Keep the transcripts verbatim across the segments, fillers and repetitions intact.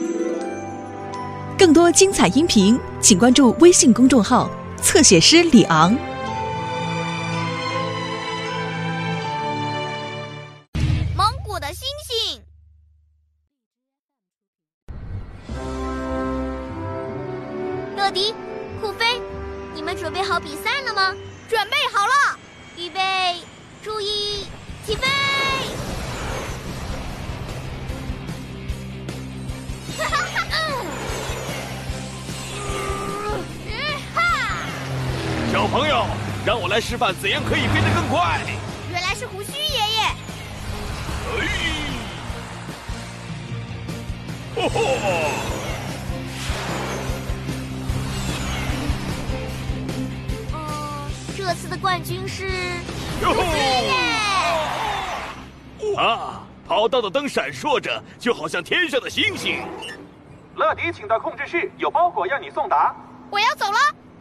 更多精彩音频，请关注微信公众号“侧写师李昂”。 蒙古的星星。乐迪、酷飞，你们准备好比赛了吗？准备好了，预备，注意，起飞！ 小朋友，让我来示范怎样可以飞得更快。 原来是胡须爷爷。 哎，吼吼！ 嗯，这次的冠军是哟吼！ 爷爷。 啊，跑道的灯闪烁着，就好像天上的星星。 乐迪，请到控制室，有包裹要你送达。 我要走了。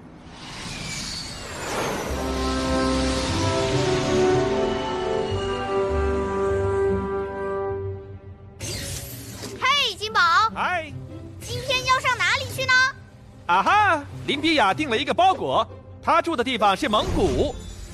嘿，金宝。 嗨。 今天要上哪里去呢？ 啊哈，林比亚订了一个包裹，他住的地方是蒙古。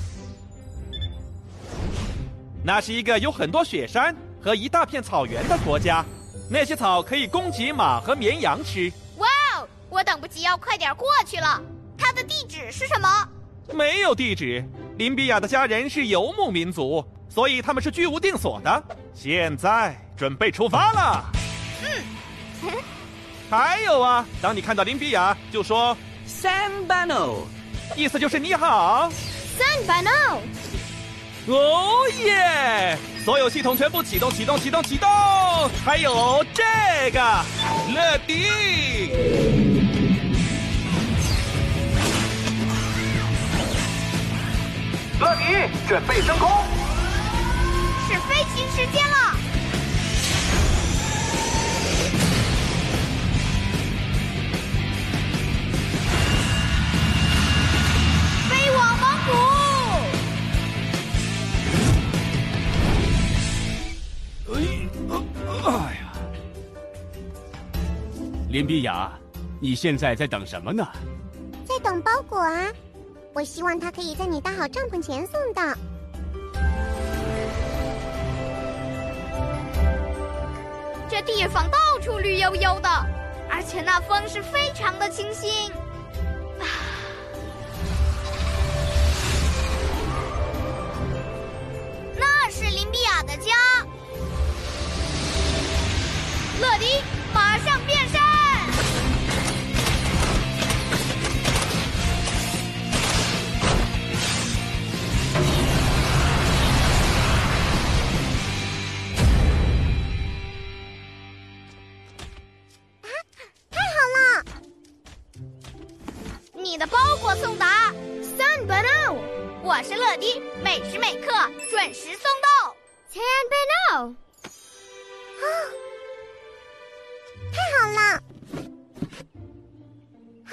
那是一个有很多雪山和一大片草原的国家，那些草可以供给马和绵羊吃。 哇哦，我等不及要快点过去了。他的地址是什么？ 没有地址。林比亚的家人是游牧民族，所以他们是居无定所的。现在准备出发了。 嗯。 还有啊，当你看到林比亚，就说 Sanbano， 意思就是你好。 Sanbano。 哦耶！所有系统全部启动，启动，启动，启动！还有这个，乐迪。乐迪，准备升空。 是飞行时间了。飞往蒙古。 哎呀，林比亚，你现在在等什么呢？ 在等包裹啊！我希望它可以在你搭好帐篷前送到。 这地方到处绿油油的，而且那风是非常的清新。啊，那是林比亚的家。乐迪，马上变身！ 啊，太好了！ 你的包裹送达。Sanbano， 我是乐迪，每时每刻准时送到。Sanbano。 啊，太好了！啊，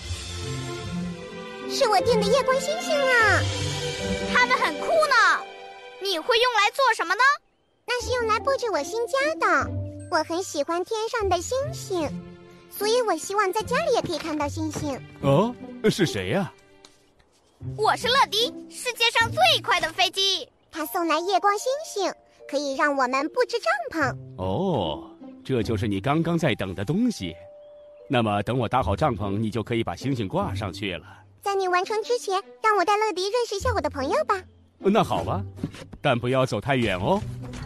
是我订的夜光星星啊！ 它们很酷呢。你会用来做什么呢？ 那是用来布置我新家的。我很喜欢天上的星星，所以我希望在家里也可以看到星星。 哦，是谁呀？ 我是乐迪，世界上最快的飞机。 他送来夜光星星，可以让我们布置帐篷。 哦，这就是你刚刚在等的东西。那么等我搭好帐篷，你就可以把星星挂上去了。 在你完成之前，让我带乐迪认识一下我的朋友吧。 那好吧，但不要走太远哦。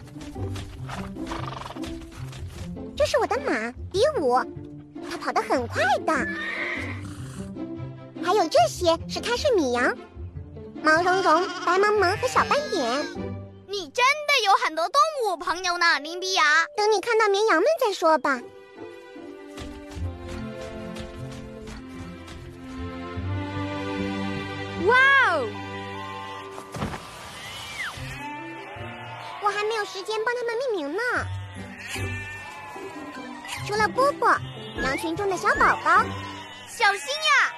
这是我的马比武，它跑得很快的。还有这些是开市米羊，毛茸茸、白茫茫和小斑点。 你真的有很多动物朋友呢，林比亚。 等你看到绵羊们再说吧。 哇哦！ 我还没有时间帮他们命名呢。除了波波，羊群中的小宝宝， 小心呀！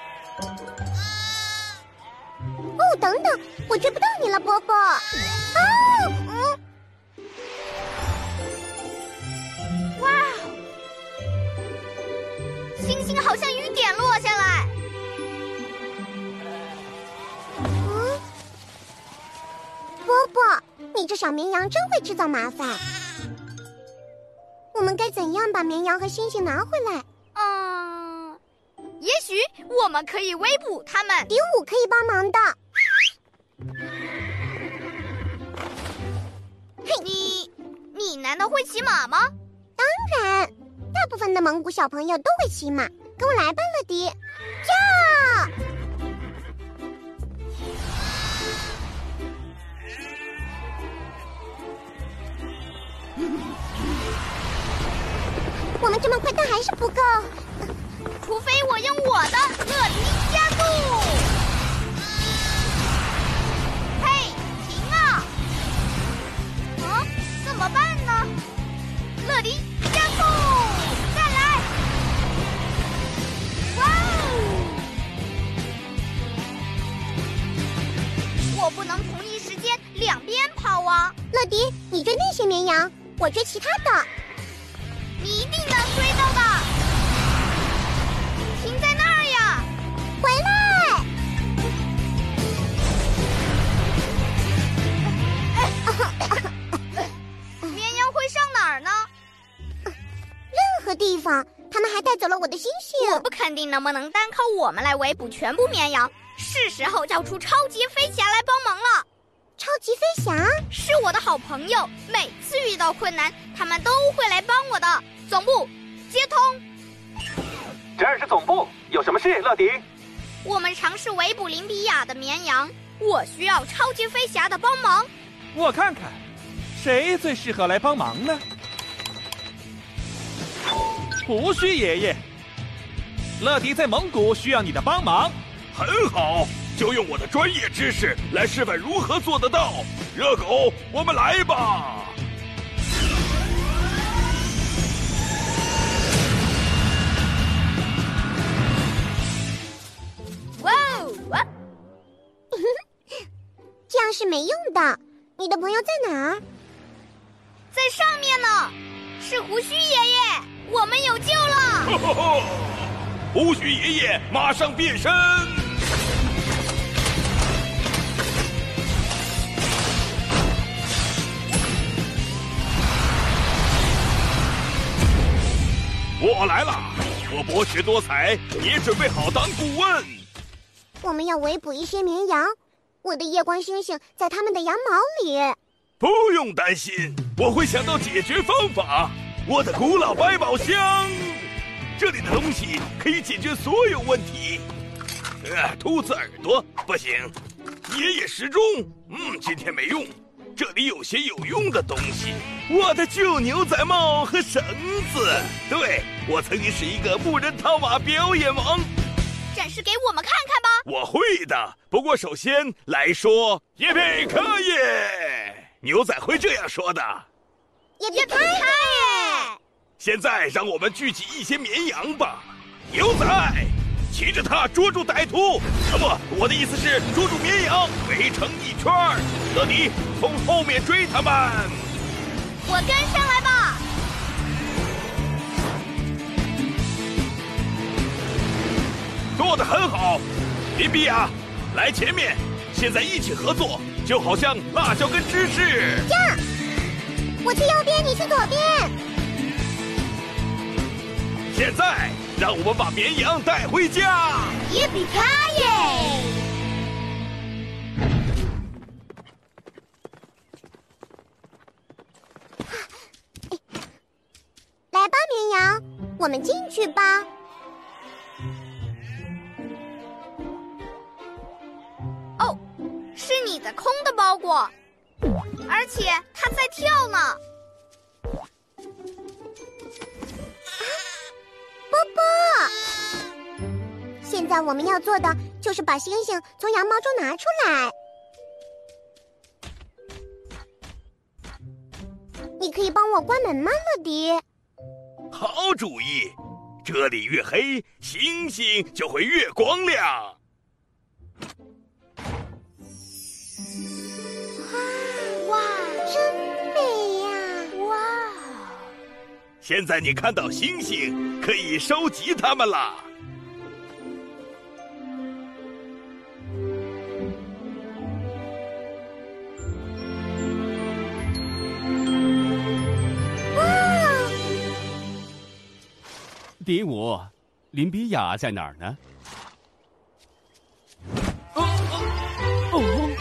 哦，等等，我追不到你了，波波。啊，嗯。 哇！ 星星好像雨点落下来。 嗯，波波，你这小绵羊真会制造麻烦。我们该怎样把绵羊和星星拿回来？ 嗯，也许我们可以围捕他们。 迪武可以帮忙的。 你，你难道会骑马吗？ 当然，大部分的蒙古小朋友都会骑马。跟我来吧，乐迪。呀！我们这么快，但还是不够。 除非我用我的乐迪加速。嘿，停啊！嗯，怎么办呢？乐迪加速，再来！哇哦！我不能同一时间两边跑啊！ 乐迪，你追那些绵羊，我追其他的。 你一定能追到的！停在那儿呀！ 回来！ 绵羊会上哪儿呢？ 任何地方。他们还带走了我的星星。 我不肯定能不能单靠我们来围捕全部绵羊，是时候叫出超级飞侠来帮忙了。 超级飞侠是我的好朋友，每次遇到困难，他们都会来帮我的。总部接通。 这儿是总部，有什么事，乐迪？ 我们尝试围捕林比亚的绵羊，我需要超级飞侠的帮忙。 我看看，谁最适合来帮忙呢？胡须爷爷，乐迪在蒙古需要你的帮忙。 很好，就用我的专业知识来示范如何做得到。热狗，我们来吧！ 哇哦！哇这样是没用的。你的朋友在哪儿？ 在上面呢，是胡须爷爷，我们有救了！ 吼吼吼！胡须爷爷马上变身！我来了，我博学多才，也准备好当顾问。 我们要围捕一些绵羊，我的夜光星星在它们的羊毛里。 不用担心，我会想到解决方法。我的古老百宝箱，这里的东西可以解决所有问题。呃，兔子耳朵不行，爷爷时钟，嗯，今天没用。这里有些有用的东西，我的旧牛仔帽和绳子。对，我曾经是一个木人套马表演王。 展示给我们看看吧。 我会的，不过首先来说耶贝克耶，牛仔会这样说的。 也别拍耶！ 现在让我们聚集一些绵羊吧，牛仔，骑着它捉住歹徒。啊不，我的意思是捉住绵羊，围成一圈儿。乐迪，从后面追他们。 我跟上来吧。 做得很好，林比亚，来前面。现在一起合作，就好像辣椒跟芝士。 这样，我去右边，你去左边。 现在，让我们把绵羊带回家。 耶比卡耶！ 来吧，绵羊，我们进去吧。 哦，是你的空的包裹，而且它在跳呢。 波波，现在我们要做的就是把星星从羊毛中拿出来。你可以帮我关门吗，乐迪？ 好主意，这里越黑，星星就会越光亮。 哇，真美呀！ 哇！ 现在你看到星星，可以收集它们啦。 迪武，林比亚在哪儿呢？ 哦哦哦！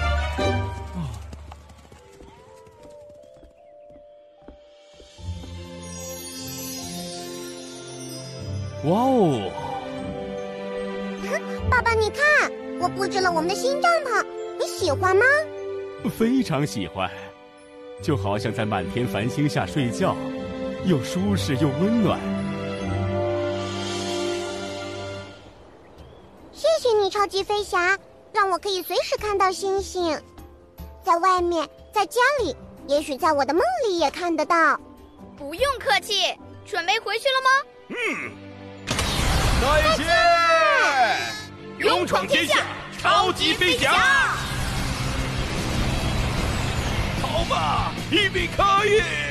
哇哦！ 爸爸，你看，我布置了我们的新帐篷，你喜欢吗？ 非常喜欢，就好像在满天繁星下睡觉，又舒适又温暖。 谢谢你，超级飞侠，让我可以随时看到星星，在外面，在家里，也许在我的梦里也看得到。 不用客气，准备回去了吗？ 嗯， 再见！ 勇闯天下，超级飞侠！好吧，一比可以。